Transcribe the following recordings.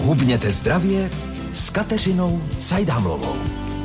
Hubněte zdravě s Kateřinou Cajdámlovou.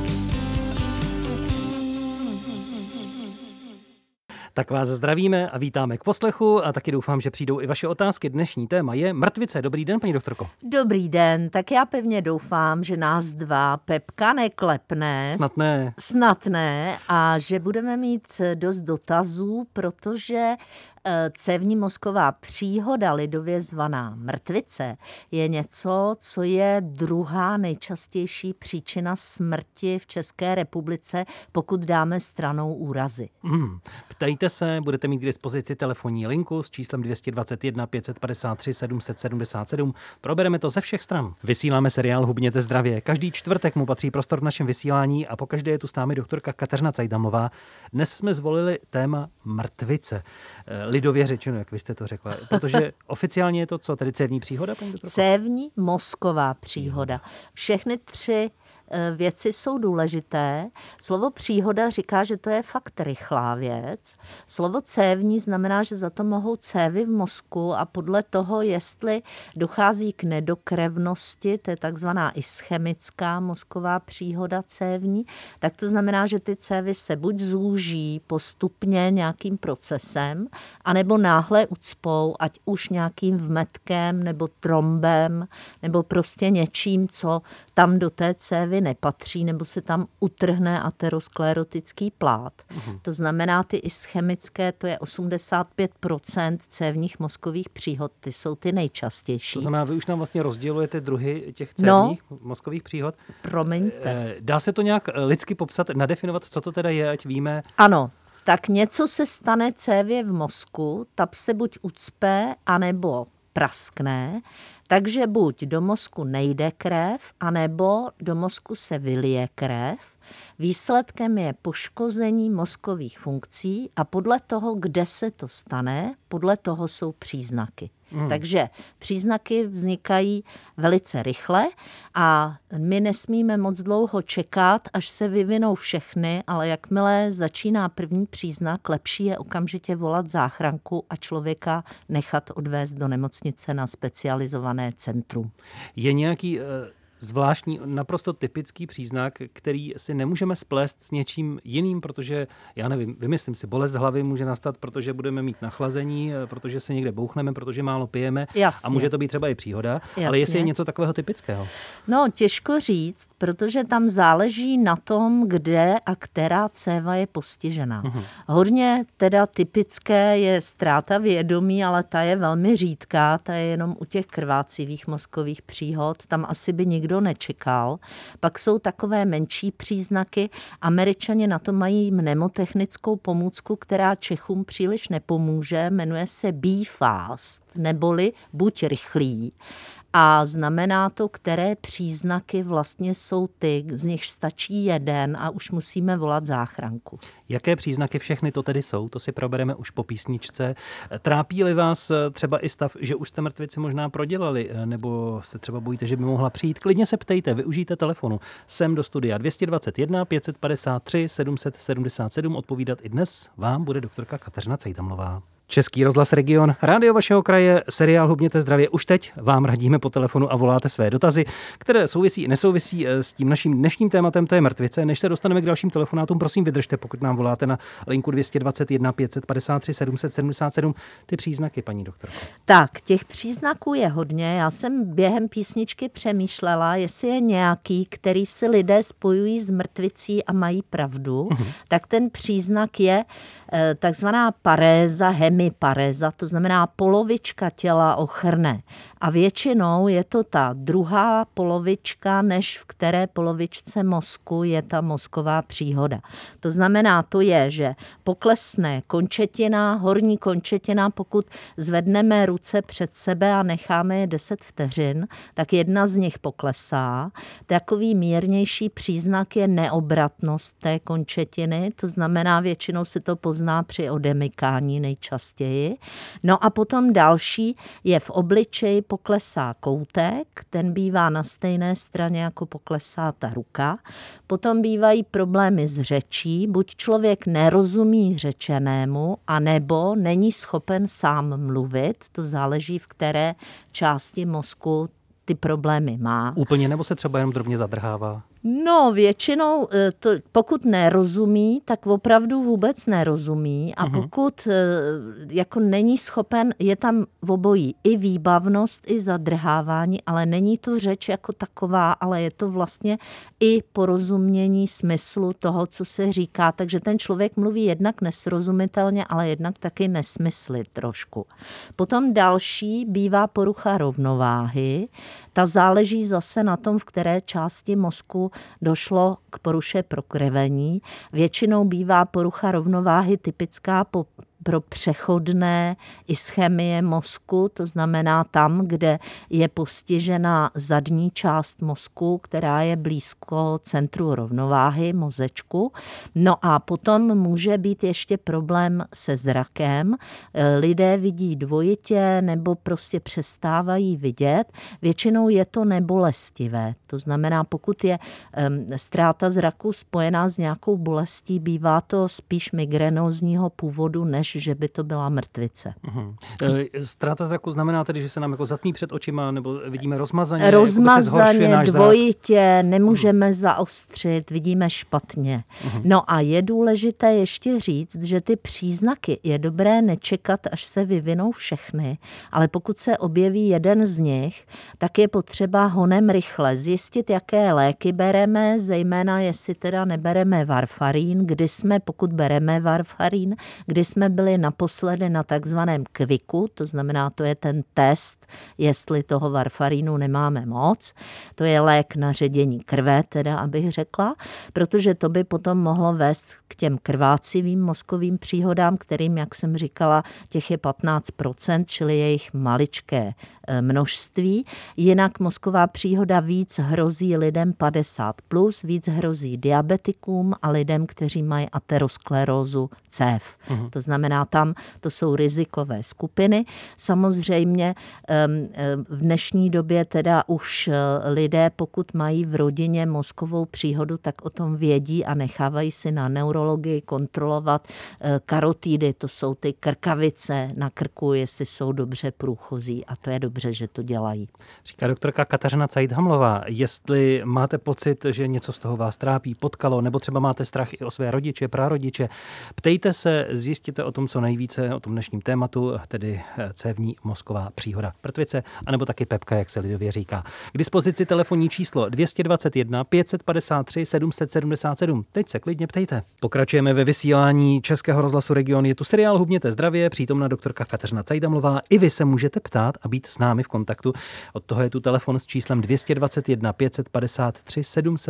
Tak vás zdravíme a vítáme k poslechu a taky doufám, že přijdou i vaše otázky. Dnešní téma je mrtvice. Dobrý den, paní doktorko. Dobrý den, tak já pevně doufám, že nás dva Pepka neklepne. Snad ne a že budeme mít dost dotazů, protože cévní mozková příhoda, lidově zvaná mrtvice, je něco, co je druhá nejčastější příčina smrti v České republice, pokud dáme stranou úrazy. Ptejte se, budete mít k dispozici telefonní linku s číslem 221 553 777. Probereme to ze všech stran. Vysíláme seriál Hubněte zdravě. Každý čtvrtek mu patří prostor v našem vysílání a pokaždé je tu s námi doktorka Kateřina Cajdámlová. Dnes jsme zvolili téma mrtvice. Lidově řečeno, jak vy jste to řekla. Protože oficiálně je to co, tedy cévní příhoda, paní doktorko? Cévní mozková příhoda. Všechny tři věci jsou důležité. Slovo příhoda říká, že to je fakt rychlá věc. Slovo cévní znamená, že za to mohou cévy v mozku a podle toho, jestli dochází k nedokrevnosti, to je takzvaná ischemická mozková příhoda cévní, tak to znamená, že ty cévy se buď zúží postupně nějakým procesem, anebo náhle ucpou, ať už nějakým vmetkem nebo trombem, nebo prostě něčím, co tam do té cévy nepatří, nebo se tam utrhne aterosklerotický plát. To znamená, ty ischemické, to je 85% cévních mozkových příhod, ty jsou ty nejčastější. To znamená, vy už nám vlastně rozdělujete druhy těch cévních mozkových příhod. Promiňte. Dá se to nějak lidsky popsat, nadefinovat, co to teda je, ať víme? Ano. Tak něco se stane cévě v mozku, ta se buď ucpe, anebo praskne, takže buď do mozku nejde krev, anebo do mozku se vylije krev. Výsledkem je poškození mozkových funkcí a podle toho, kde se to stane, podle toho jsou příznaky. Takže příznaky vznikají velice rychle a my nesmíme moc dlouho čekat, až se vyvinou všechny, ale jakmile začíná první příznak, lepší je okamžitě volat záchranku a člověka nechat odvést do nemocnice na specializované centrum. Je nějaký zvláštní, naprosto typický příznak, který si nemůžeme splést s něčím jiným, protože, já nevím, vymyslím si, bolest hlavy může nastat, protože budeme mít nachlazení, protože se někde bouchneme, protože málo pijeme. Jasně. A může to být třeba i příhoda, Jasně. Ale jestli je něco takového typického. No, těžko říct, protože tam záleží na tom, kde a která céva je postižená. Hodně teda typické je ztráta vědomí, ale ta je velmi řídká, ta je jenom u těch krvácivých mozkových příhod, tam asi by nikdo nečekal. Pak jsou takové menší příznaky. Američani na to mají mnemotechnickou pomůcku, která Čechům příliš nepomůže. Jmenuje se Be Fast, neboli buď rychlý. A znamená to, které příznaky vlastně jsou ty, z nich stačí jeden a už musíme volat záchranku. Jaké příznaky všechny to tedy jsou? To si probereme už po písničce. Trápí-li vás třeba i stav, že už jste mrtvici možná prodělali, nebo se třeba bojíte, že by mohla přijít? Klidně se ptejte, využijte telefonu. Sem do studia 221 553 777. Odpovídat i dnes vám bude doktorka Kateřina Cajdámlová. Český rozhlas Region, rádio vašeho kraje, seriál Hubněte zdravě. Už teď vám radíme po telefonu a voláte své dotazy, které souvisí i nesouvisí s tím naším dnešním tématem, to je mrtvice. Než se dostaneme k dalším telefonátům, prosím vydržte, pokud nám voláte na linku 221 553 777. Ty příznaky, paní doktorko. Tak, těch příznaků je hodně. Já jsem během písničky přemýšlela, jestli je nějaký, který si lidé spojují s mrtvicí a mají pravdu, tak ten příznak je takzvaná paréza, hemiparéza, to znamená polovička těla ochrne. A většinou je to ta druhá polovička, než v které polovičce mozku je ta mozková příhoda. To znamená, to je, že poklesne končetina, horní končetina, pokud zvedneme ruce před sebe a necháme je 10 vteřin, tak jedna z nich poklesá. Takový mírnější příznak je neobratnost té končetiny, to znamená, většinou se to pozná při odemykání nejčastěji. No a potom další je v obličeji poklesá koutek, ten bývá na stejné straně, jako poklesá ta ruka. Potom bývají problémy s řečí, buď člověk nerozumí řečenému, anebo není schopen sám mluvit, to záleží, v které části mozku ty problémy má. Úplně, nebo se třeba jenom drobně zadrhává? No, většinou, pokud nerozumí, tak opravdu vůbec nerozumí a pokud jako není schopen, je tam v obojí i výbavnost, i zadrhávání, ale není to řeč jako taková, ale je to vlastně i porozumění smyslu toho, co se říká, takže ten člověk mluví jednak nesrozumitelně, ale jednak taky nesmysly trošku. Potom další bývá porucha rovnováhy, ta záleží zase na tom, v které části mozku došlo k poruše prokrvení. Většinou bývá porucha rovnováhy typická pro přechodné ischemie mozku, to znamená tam, kde je postižena zadní část mozku, která je blízko centru rovnováhy, mozečku. No a potom může být ještě problém se zrakem. Lidé vidí dvojitě nebo prostě přestávají vidět. Většinou je to nebolestivé. To znamená, pokud je ztráta zraku spojená s nějakou bolestí, bývá to spíš migrénózního původu, než že by to byla mrtvice. Ztráta zraku znamená tedy, že se nám jako zatmí před očima, nebo vidíme rozmazaně? Rozmazaně, dvojitě, nemůžeme zaostřit, vidíme špatně. No a je důležité ještě říct, že ty příznaky je dobré nečekat, až se vyvinou všechny, ale pokud se objeví jeden z nich, tak je potřeba honem rychle zjistit, jaké léky bereme, zejména jestli teda nebereme varfarín, pokud bereme varfarín, kdy jsme byli naposledy na takzvaném kviku, to znamená, to je ten test, jestli toho varfarínu nemáme moc. To je lék na ředění krve, teda abych řekla, protože to by potom mohlo vést k těm krvácivým mozkovým příhodám, kterým, jak jsem říkala, těch je 15%, čili jejich maličké množství. Jinak mozková příhoda víc hrozí lidem 50+, víc hrozí diabetikům a lidem, kteří mají aterosklerózu cév. To znamená, tam to jsou rizikové skupiny. Samozřejmě v dnešní době teda už lidé, pokud mají v rodině mozkovou příhodu, tak o tom vědí a nechávají si na neurologii kontrolovat karotidy, to jsou ty krkavice na krku, jestli jsou dobře průchozí a to je dobře, že to dělají. Říká doktorka Kateřina Cajdhamlová, jestli máte pocit, že něco z toho vás trápí, potkalo, nebo třeba máte strach i o své rodiče, prarodiče, ptejte se, zjistěte o tom co nejvíce, o tom dnešním tématu, tedy cévní mozková příhoda, mrtvice, anebo taky pepka, jak se lidově říká. K dispozici telefonní číslo 221 553 777. Teď se klidně ptejte. Pokračujeme ve vysílání Českého rozhlasu Region. Je tu seriál Hubněte zdravě, přítomna doktorka Kateřina Cajdhamlová. I vy se můžete ptát a být s námi v kontaktu. Od toho je tu telefon s číslem 221 553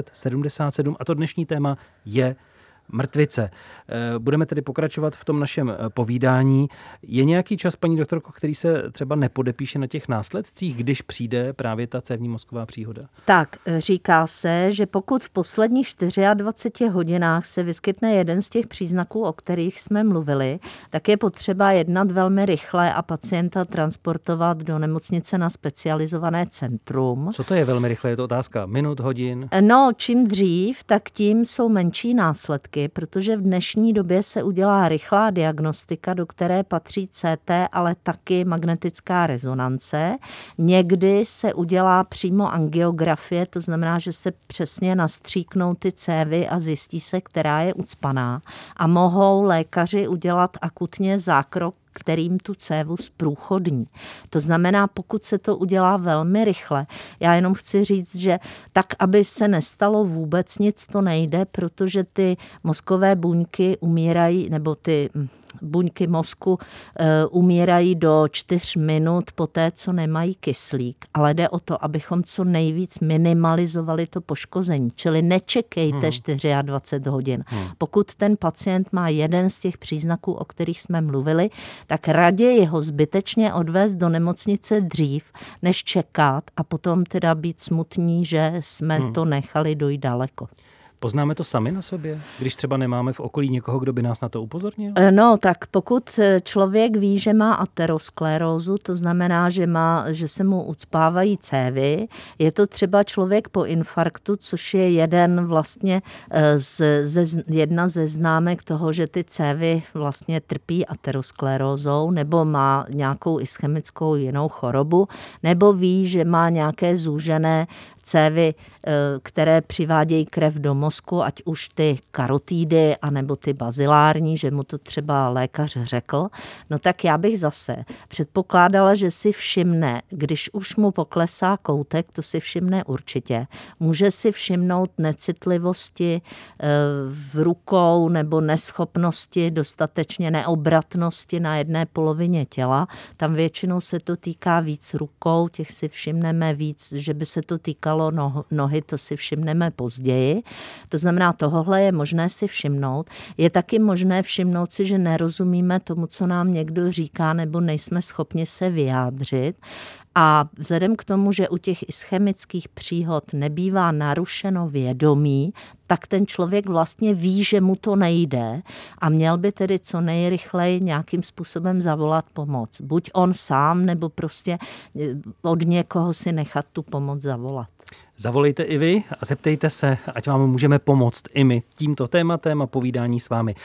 777 a to dnešní téma je mrtvice. Budeme tedy pokračovat v tom našem povídání. Je nějaký čas, paní doktorko, který se třeba nepodepíše na těch následcích, když přijde právě ta cévní mozková příhoda? Tak, říká se, že pokud v posledních 24 hodinách se vyskytne jeden z těch příznaků, o kterých jsme mluvili, tak je potřeba jednat velmi rychle a pacienta transportovat do nemocnice na specializované centrum. Co to je velmi rychle? Je to otázka minut, hodin? No, čím dřív, tak tím jsou menší následky, protože v dnešní době se udělá rychlá diagnostika, do které patří CT, ale taky magnetická rezonance. Někdy se udělá přímo angiografie, to znamená, že se přesně nastříknou ty cévy a zjistí se, která je ucpaná. A mohou lékaři udělat akutně zákrok, kterým tu cévu zprůchodní. To znamená, pokud se to udělá velmi rychle, já jenom chci říct, že tak, aby se nestalo vůbec nic, to nejde, protože ty mozkové buňky umírají, nebo ty buňky mozku umírají do 4 minut po té, co nemají kyslík. Ale jde o to, abychom co nejvíc minimalizovali to poškození. Čili nečekejte 24 hodin. Pokud ten pacient má jeden z těch příznaků, o kterých jsme mluvili, tak raději ho zbytečně odvést do nemocnice dřív, než čekat a potom teda být smutní, že jsme to nechali dojít daleko. Poznáme to sami na sobě, když třeba nemáme v okolí někoho, kdo by nás na to upozornil? No, tak pokud člověk ví, že má aterosklerózu, to znamená, že se mu ucpávají cévy, je to třeba člověk po infarktu, což je jedna ze známek toho, že ty cévy vlastně trpí aterosklerózou, nebo má nějakou ischemickou jinou chorobu, nebo ví, že má nějaké zúžené cévy, které přivádějí krev do mozku, ať už ty karotídy, anebo ty bazilární, že mu to třeba lékař řekl, no tak já bych zase předpokládala, že si všimne, když už mu poklesá koutek, to si všimne určitě. Může si všimnout necitlivosti v rukou nebo neschopnosti, dostatečně neobratnosti na jedné polovině těla. Tam většinou se to týká víc rukou, těch si všimneme víc, že by se to týkalo nohy, to si všimneme později. To znamená, tohle je možné si všimnout. Je taky možné všimnout si, že nerozumíme tomu, co nám někdo říká, nebo nejsme schopni se vyjádřit. A vzhledem k tomu, že u těch ischemických příhod nebývá narušeno vědomí, tak ten člověk vlastně ví, že mu to nejde a měl by tedy co nejrychleji nějakým způsobem zavolat pomoc. Buď on sám, nebo prostě od někoho si nechat tu pomoc zavolat. Zavolejte i vy a zeptejte se, ať vám můžeme pomoct i my tímto tématem a povídání s vámi.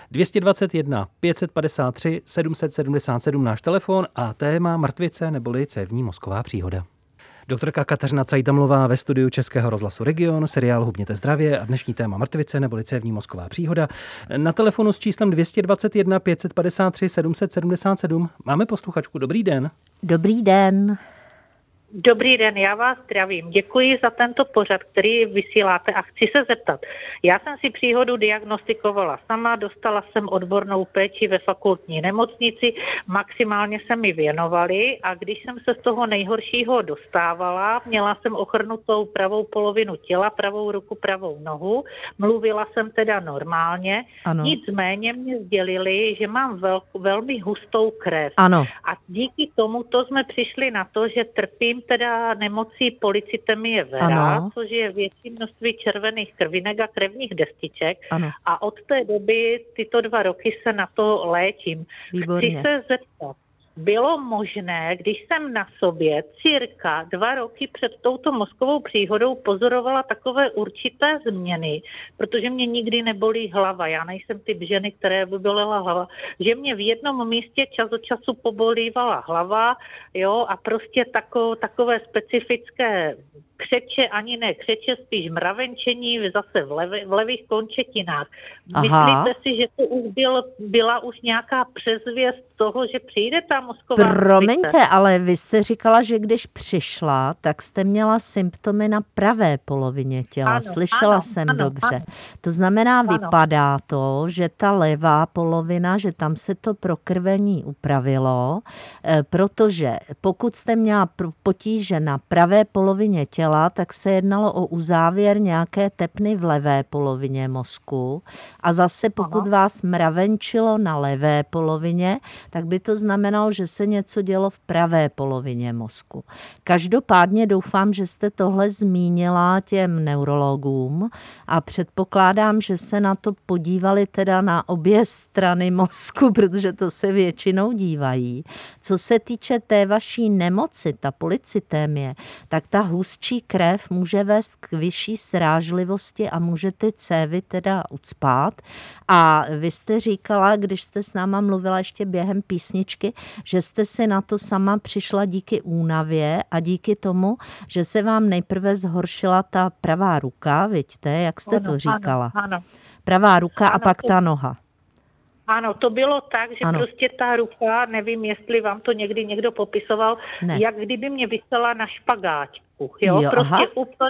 221 553 777 náš telefon a téma mrtvice neboli cévní mozková příhoda. Doktorka Kateřina Cajdamlová ve studiu Českého rozhlasu Region, seriál Hubněte zdravě a dnešní téma mrtvice neboli cévní mozková příhoda. Na telefonu s číslem 221 553 777 máme posluchačku. Dobrý den. Dobrý den. Dobrý den, já vás zdravím. Děkuji za tento pořad, který vysíláte a chci se zeptat. Já jsem si příhodu diagnostikovala sama, dostala jsem odbornou péči ve fakultní nemocnici, maximálně se mi věnovali a když jsem se z toho nejhoršího dostávala, měla jsem ochrnutou pravou polovinu těla, pravou ruku, pravou nohu, mluvila jsem teda normálně, ano. Nicméně mě sdělili, že mám velmi hustou krev. Ano. A díky tomuto jsme přišli na to, že trpím teda nemocí polycytemie vera, což je větší množství červených krvinek a krevních destiček. Ano. A od té doby, tyto 2 roky se na to léčím. Výborně. Chci se zeptat, bylo možné, když jsem na sobě cirka 2 roky před touto mozkovou příhodou pozorovala takové určité změny, protože mě nikdy nebolí hlava, já nejsem typ ženy, které by bolela hlava, že mě v jednom místě čas od času pobolívala hlava, jo, a prostě takové specifické křeče, ani ne křeče, spíš mravenčení zase v levých končetinách. Myslíte si, že to už byla už nějaká předzvěst toho, že přijde ta mozková mrtvice? Promiňte, ale vy jste říkala, že když přišla, tak jste měla symptomy na pravé polovině těla. Ano, Slyšela jsem dobře. Ano. To znamená, vypadá to, že ta levá polovina, že tam se to prokrvení upravilo, protože pokud jste měla potíže na pravé polovině těla, tak se jednalo o uzávěr nějaké tepny v levé polovině mozku a zase pokud vás mravenčilo na levé polovině, tak by to znamenalo, že se něco dělo v pravé polovině mozku. Každopádně doufám, že jste tohle zmínila těm neurologům a předpokládám, že se na to podívali teda na obě strany mozku, protože to se většinou dívají. Co se týče té vaší nemoci, ta polycytémie, tak ta hustší krev může vést k vyšší srážlivosti a může ty cévy teda ucpát. A vy jste říkala, když jste s náma mluvila ještě během písničky, že jste si na to sama přišla díky únavě a díky tomu, že se vám nejprve zhoršila ta pravá ruka, vidíte, jak jste to říkala. Ano. Pravá ruka a pak ta noha. Ano, to bylo tak, že prostě ta ruka, nevím, jestli vám to někdy někdo popisoval, jak kdyby mě vysela na špagáčku. Jo, prostě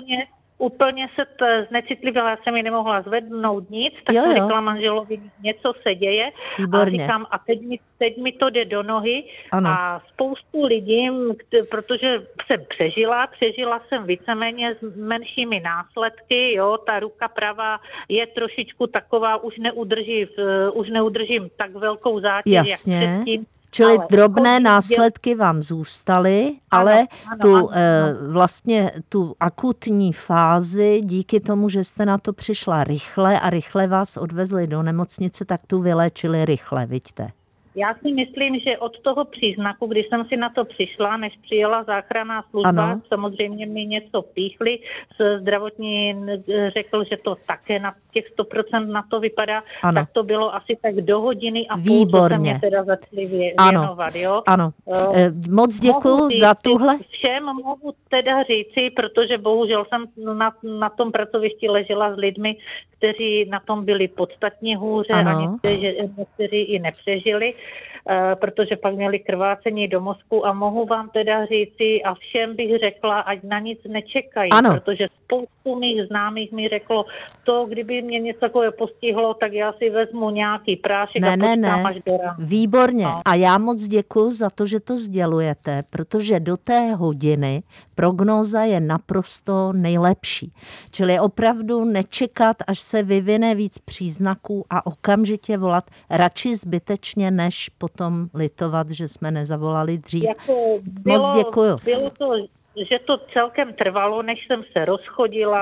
úplně se znecitlivila, já jsem ji nemohla zvednout nic, tak jsem řekla manželovi, něco se děje. Výborně. A říkám, a teď mi to jde do nohy. Ano. A spoustu lidí, protože jsem přežila jsem víceméně s menšími následky, jo, ta ruka pravá je trošičku taková, už neudržím tak velkou zátěž, jak předtím. Čili Ale drobné následky vám zůstaly, ale vlastně tu akutní fázi, díky tomu, že jste na to přišla rychle a rychle vás odvezli do nemocnice, tak tu vyléčili rychle, vidíte. Já si myslím, že od toho příznaku, když jsem si na to přišla, než přijela záchranná služba, ano. samozřejmě mi něco píchli, zdravotní řekl, že to také na těch 100% na to vypadá, ano. Tak to bylo asi tak do hodiny a Výborně. půl, co se mě teda začali věnovat. Jo? Ano, moc děkuju za tuhle. Všem mohu teda říci, protože bohužel jsem na tom pracovišti ležela s lidmi, kteří na tom byli podstatně hůře a někteří i nepřežili, protože pak měli krvácení do mozku a mohu vám teda říci a všem bych řekla, ať na nic nečekají, protože spoustu mých známých mi řeklo, to, kdyby mě něco takové postihlo, tak já si vezmu nějaký prášek a počkám až do rána. Výborně. No. A já moc děkuju za to, že to sdělujete, protože do té hodiny prognóza je naprosto nejlepší. Čili opravdu nečekat, až se vyvine víc příznaků a okamžitě volat, radši zbytečně, než potom litovat, že jsme nezavolali dřív. Moc děkuju. Bylo to, že to celkem trvalo, než jsem se rozchodila,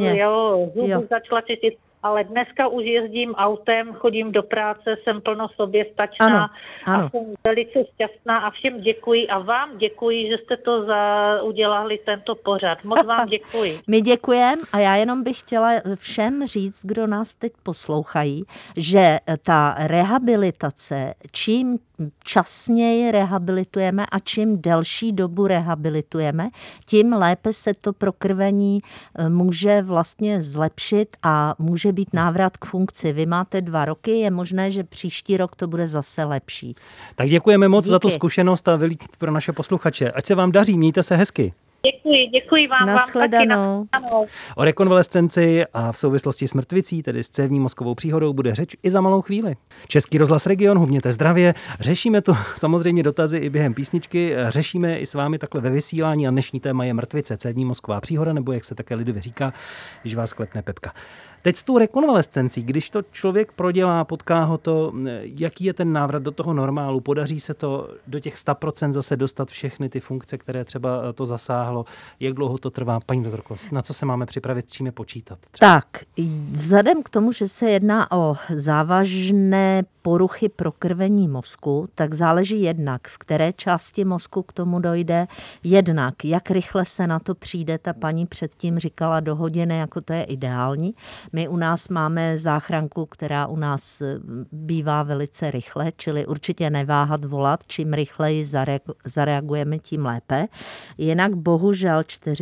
zuby začala čistit, ale dneska už jezdím autem, chodím do práce, jsem plnosoběstačná a jsem velice šťastná a všem děkuji a vám děkuji, že jste to udělali tento pořad. Moc vám děkuji. My děkujeme a já jenom bych chtěla všem říct, kdo nás teď poslouchají, že ta rehabilitace, čím časněji rehabilitujeme a čím delší dobu rehabilitujeme, tím lépe se to prokrvení může vlastně zlepšit a může být návrat k funkci. Vy máte 2 roky, je možné, že příští rok to bude zase lepší. Tak děkujeme moc za tu zkušenost a vylíčení pro naše posluchače. Ať se vám daří, mějte se hezky. Děkuji vám. Nashledanou. O rekonvalescenci a v souvislosti s mrtvicí, tedy s cévní mozkovou příhodou, bude řeč i za malou chvíli. Český rozhlas Region, hubněte zdravě. Řešíme to samozřejmě dotazy i během písničky. Řešíme i s vámi takhle ve vysílání a dnešní téma je mrtvice, cévní mozková příhoda, nebo jak se také lidově říká, když vás klepne pepka. Teď s tou rekonvalescencí, když to člověk prodělá, potká ho to, jaký je ten návrat do toho normálu, podaří se to do těch 100% zase dostat všechny ty funkce, které třeba to zasáhlo, jak dlouho to trvá, paní doktorko, na co se máme připravit, s čím je počítat? Třeba? Tak, vzhledem k tomu, že se jedná o závažné poruchy prokrvení mozku, tak záleží jednak, v které části mozku k tomu dojde, jednak, jak rychle se na to přijde, ta paní předtím říkala do hodiny, jako to je ideální. My u nás máme záchranku, která u nás bývá velice rychle, čili určitě neváhat volat, čím rychleji zareagujeme, tím lépe. Jinak bohužel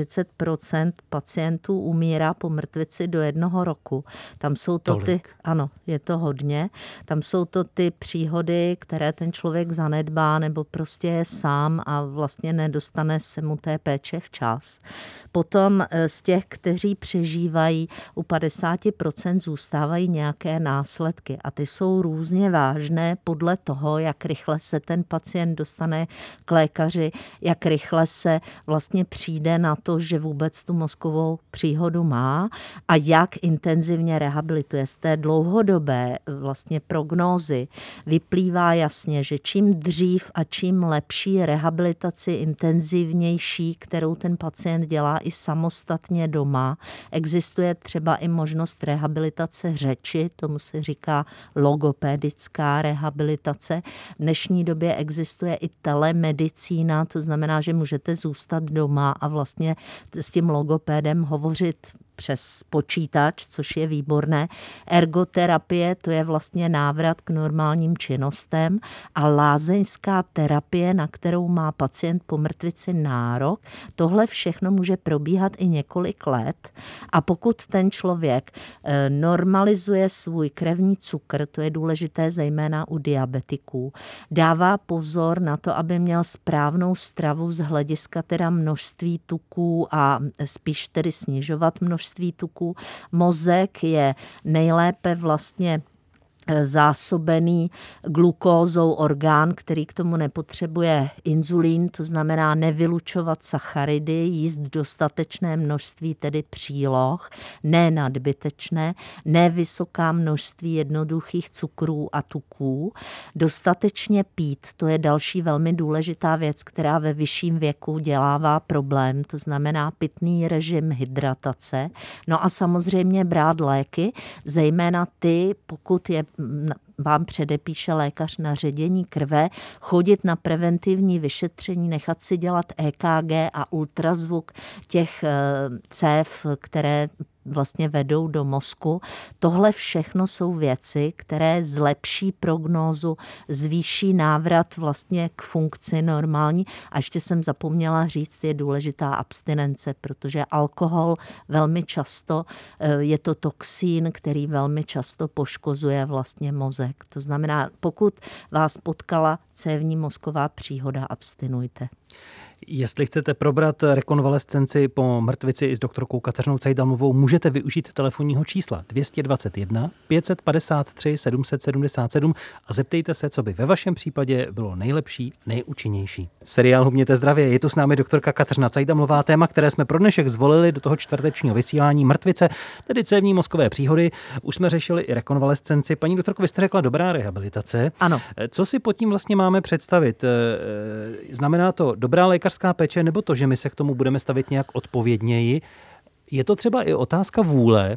40% pacientů umírá po mrtvici do 1 roku. Tam jsou to je to hodně, tam jsou to ty příhody, které ten člověk zanedbá nebo prostě je sám a vlastně nedostane se mu té péče včas. Potom z těch, kteří přežívají, u 50% zůstávají nějaké následky a ty jsou různě vážné podle toho, jak rychle se ten pacient dostane k lékaři, jak rychle se vlastně přijde na to, že vůbec tu mozkovou příhodu má a jak intenzivně rehabilituje. Z té dlouhodobé vlastně prognózy vyplývá jasně, že čím dřív a čím lepší rehabilitaci intenzivnější, kterou ten pacient dělá i samostatně doma, existuje třeba i možnost rehabilitace řeči, tomu se říká logopedická rehabilitace. V dnešní době existuje i telemedicína, to znamená, že můžete zůstat doma a vlastně s tím logopédem hovořit přes počítač, což je výborné. Ergoterapie, to je vlastně návrat k normálním činnostem a lázeňská terapie, na kterou má pacient po mrtvici nárok. Tohle všechno může probíhat i několik let a pokud ten člověk normalizuje svůj krevní cukr, to je důležité zejména u diabetiků, dává pozor na to, aby měl správnou stravu z hlediska teda množství tuků a spíš tedy snižovat množství tuků. Mozek je nejlépe vlastně zásobený glukózou orgán, který k tomu nepotřebuje inzulín, to znamená nevylučovat sacharidy, jíst dostatečné množství tedy příloh, ne nadbytečné, ne vysoká množství jednoduchých cukrů a tuků, dostatečně pít, to je další velmi důležitá věc, která ve vyšším věku dělává problém, to znamená pitný režim, hydratace, no a samozřejmě brát léky, zejména ty, pokud je vám předepíše lékař na ředění krve, chodit na preventivní vyšetření, nechat si dělat EKG a ultrazvuk těch cév, které vlastně vedou do mozku. Tohle všechno jsou věci, které zlepší prognózu, zvýší návrat vlastně k funkci normální. A ještě jsem zapomněla říct, je důležitá abstinence, protože alkohol velmi často, je to toxín, který velmi často poškozuje vlastně mozek. To znamená, pokud vás potkala cévní mozková příhoda, abstinujte. Jestli chcete probrat rekonvalescenci po mrtvici i s doktorkou Kateřinou Cajdamovou, můžete využít telefonního čísla 221 553 777 a zeptejte se, co by ve vašem případě bylo nejlepší, nejúčinnější. Seriál Hubněte zdravě, je tu s námi doktorka Kateřina Cajdamová, téma, které jsme pro dnešek zvolili do toho čtvrtečního vysílání mrtvice, tedy cévní mozkové příhody. Už jsme řešili i rekonvalescenci. Paní doktorko, vy jste řekla dobrá rehabilitace. Ano. Co si pod tím vlastně máme představit? Znamená to dobrá lékařská péče, nebo to, že my se k tomu budeme stavět nějak odpovědněji? Je to třeba i otázka vůle,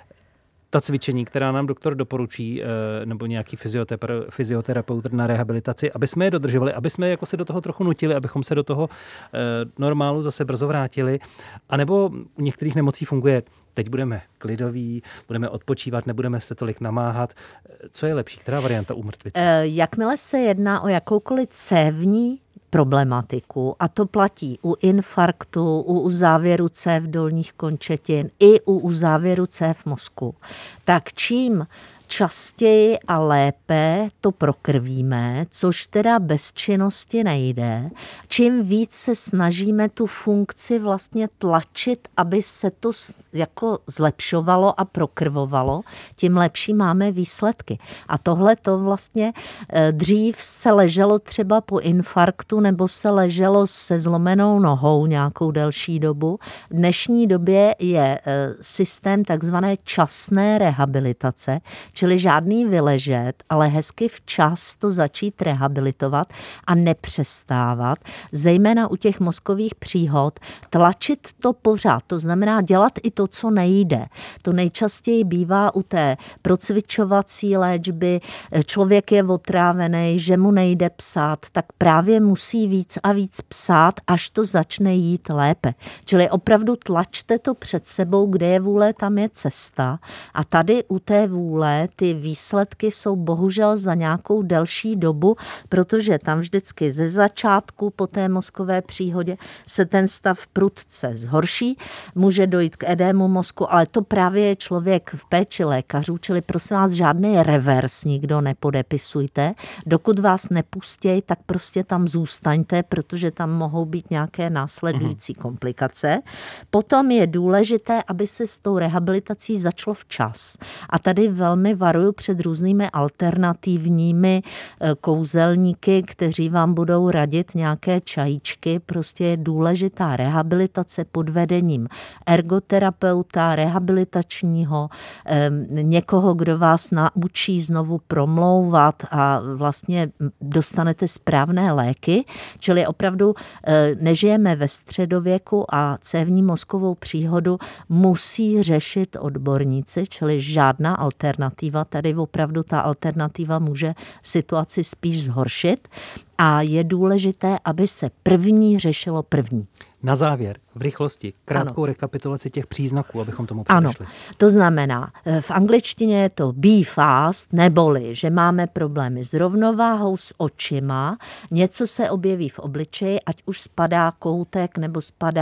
ta cvičení, která nám doktor doporučí, nebo nějaký fyzioterapeut na rehabilitaci, aby jsme je dodržovali, aby jsme jako se do toho trochu nutili, abychom se do toho normálu zase brzo vrátili. A nebo u některých nemocí funguje, teď budeme klidoví, budeme odpočívat, nebudeme se tolik namáhat. Co je lepší? Která varianta u mrtvice? Jakmile se jedná o jakoukoliv cévní problematiku, a to platí u infarktu, u závěru cév dolních končetin i u uzávěru cév mozku, tak čím častěji a lépe to prokrvíme, což teda bez činnosti nejde. Čím víc se snažíme tu funkci vlastně tlačit, aby se to jako zlepšovalo a prokrvovalo, tím lepší máme výsledky. A tohle to vlastně dřív se leželo třeba po infarktu nebo se leželo se zlomenou nohou nějakou delší dobu. V dnešní době je systém takzvané časné rehabilitace, čili žádný vyležet, ale hezky včas to začít rehabilitovat a nepřestávat, zejména u těch mozkových příhod, tlačit to pořád, to znamená dělat i to, co nejde. To nejčastěji bývá u té procvičovací léčby, člověk je otrávený, že mu nejde psát, tak právě musí víc a víc psát, až to začne jít lépe. Čili opravdu tlačte to před sebou, kde je vůle, tam je cesta. A tady u té vůle ty výsledky jsou bohužel za nějakou delší dobu, protože tam vždycky ze začátku po té mozkové příhodě se ten stav prudce zhorší, může dojít k edému mozku, ale to právě je člověk v péči lékařů, čili prosím vás žádný revers nikdo nepodepisujte. Dokud vás nepustějí, tak prostě tam zůstaňte, protože tam mohou být nějaké následující komplikace. Potom je důležité, aby se s tou rehabilitací začalo včas. A tady velmi varuju před různými alternativními kouzelníky, kteří vám budou radit nějaké čajíčky. Prostě je důležitá rehabilitace pod vedením ergoterapeuta, rehabilitačního, někoho, kdo vás naučí znovu promlouvat a vlastně dostanete správné léky. Čili opravdu nežijeme ve středověku a cévní mozkovou příhodu musí řešit odborníci, čili žádná alternativa. Tady opravdu ta alternativa může situaci spíš zhoršit a je důležité, aby se první řešilo první. Na závěr, v rychlosti, krátkou rekapitulaci těch příznaků, abychom tomu předešli. Ano, to znamená, v angličtině je to be fast, neboli, že máme problémy s rovnováhou, s očima, něco se objeví v obličeji, ať už spadá koutek nebo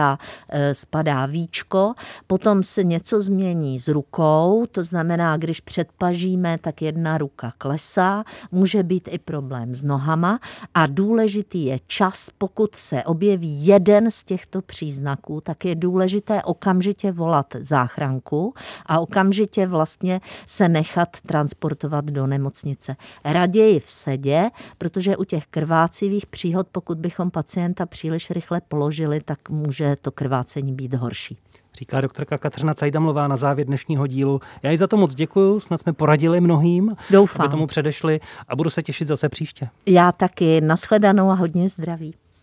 spadá víčko, potom se něco změní s rukou, to znamená, když předpažíme, tak jedna ruka klesá, může být i problém s nohama a A důležitý je čas, pokud se objeví jeden z těchto příznaků, tak je důležité okamžitě volat záchranku a okamžitě vlastně se nechat transportovat do nemocnice. Raději v sedě, protože u těch krvácivých příhod, pokud bychom pacienta příliš rychle položili, tak může to krvácení být horší. Říká doktorka Kateřina Cajdamlová na závěr dnešního dílu. Já jí za to moc děkuju, snad jsme poradili mnohým, Doufám. aby tomu předešli a budu se těšit zase příště. Já taky. Nashledanou a hodně zdraví.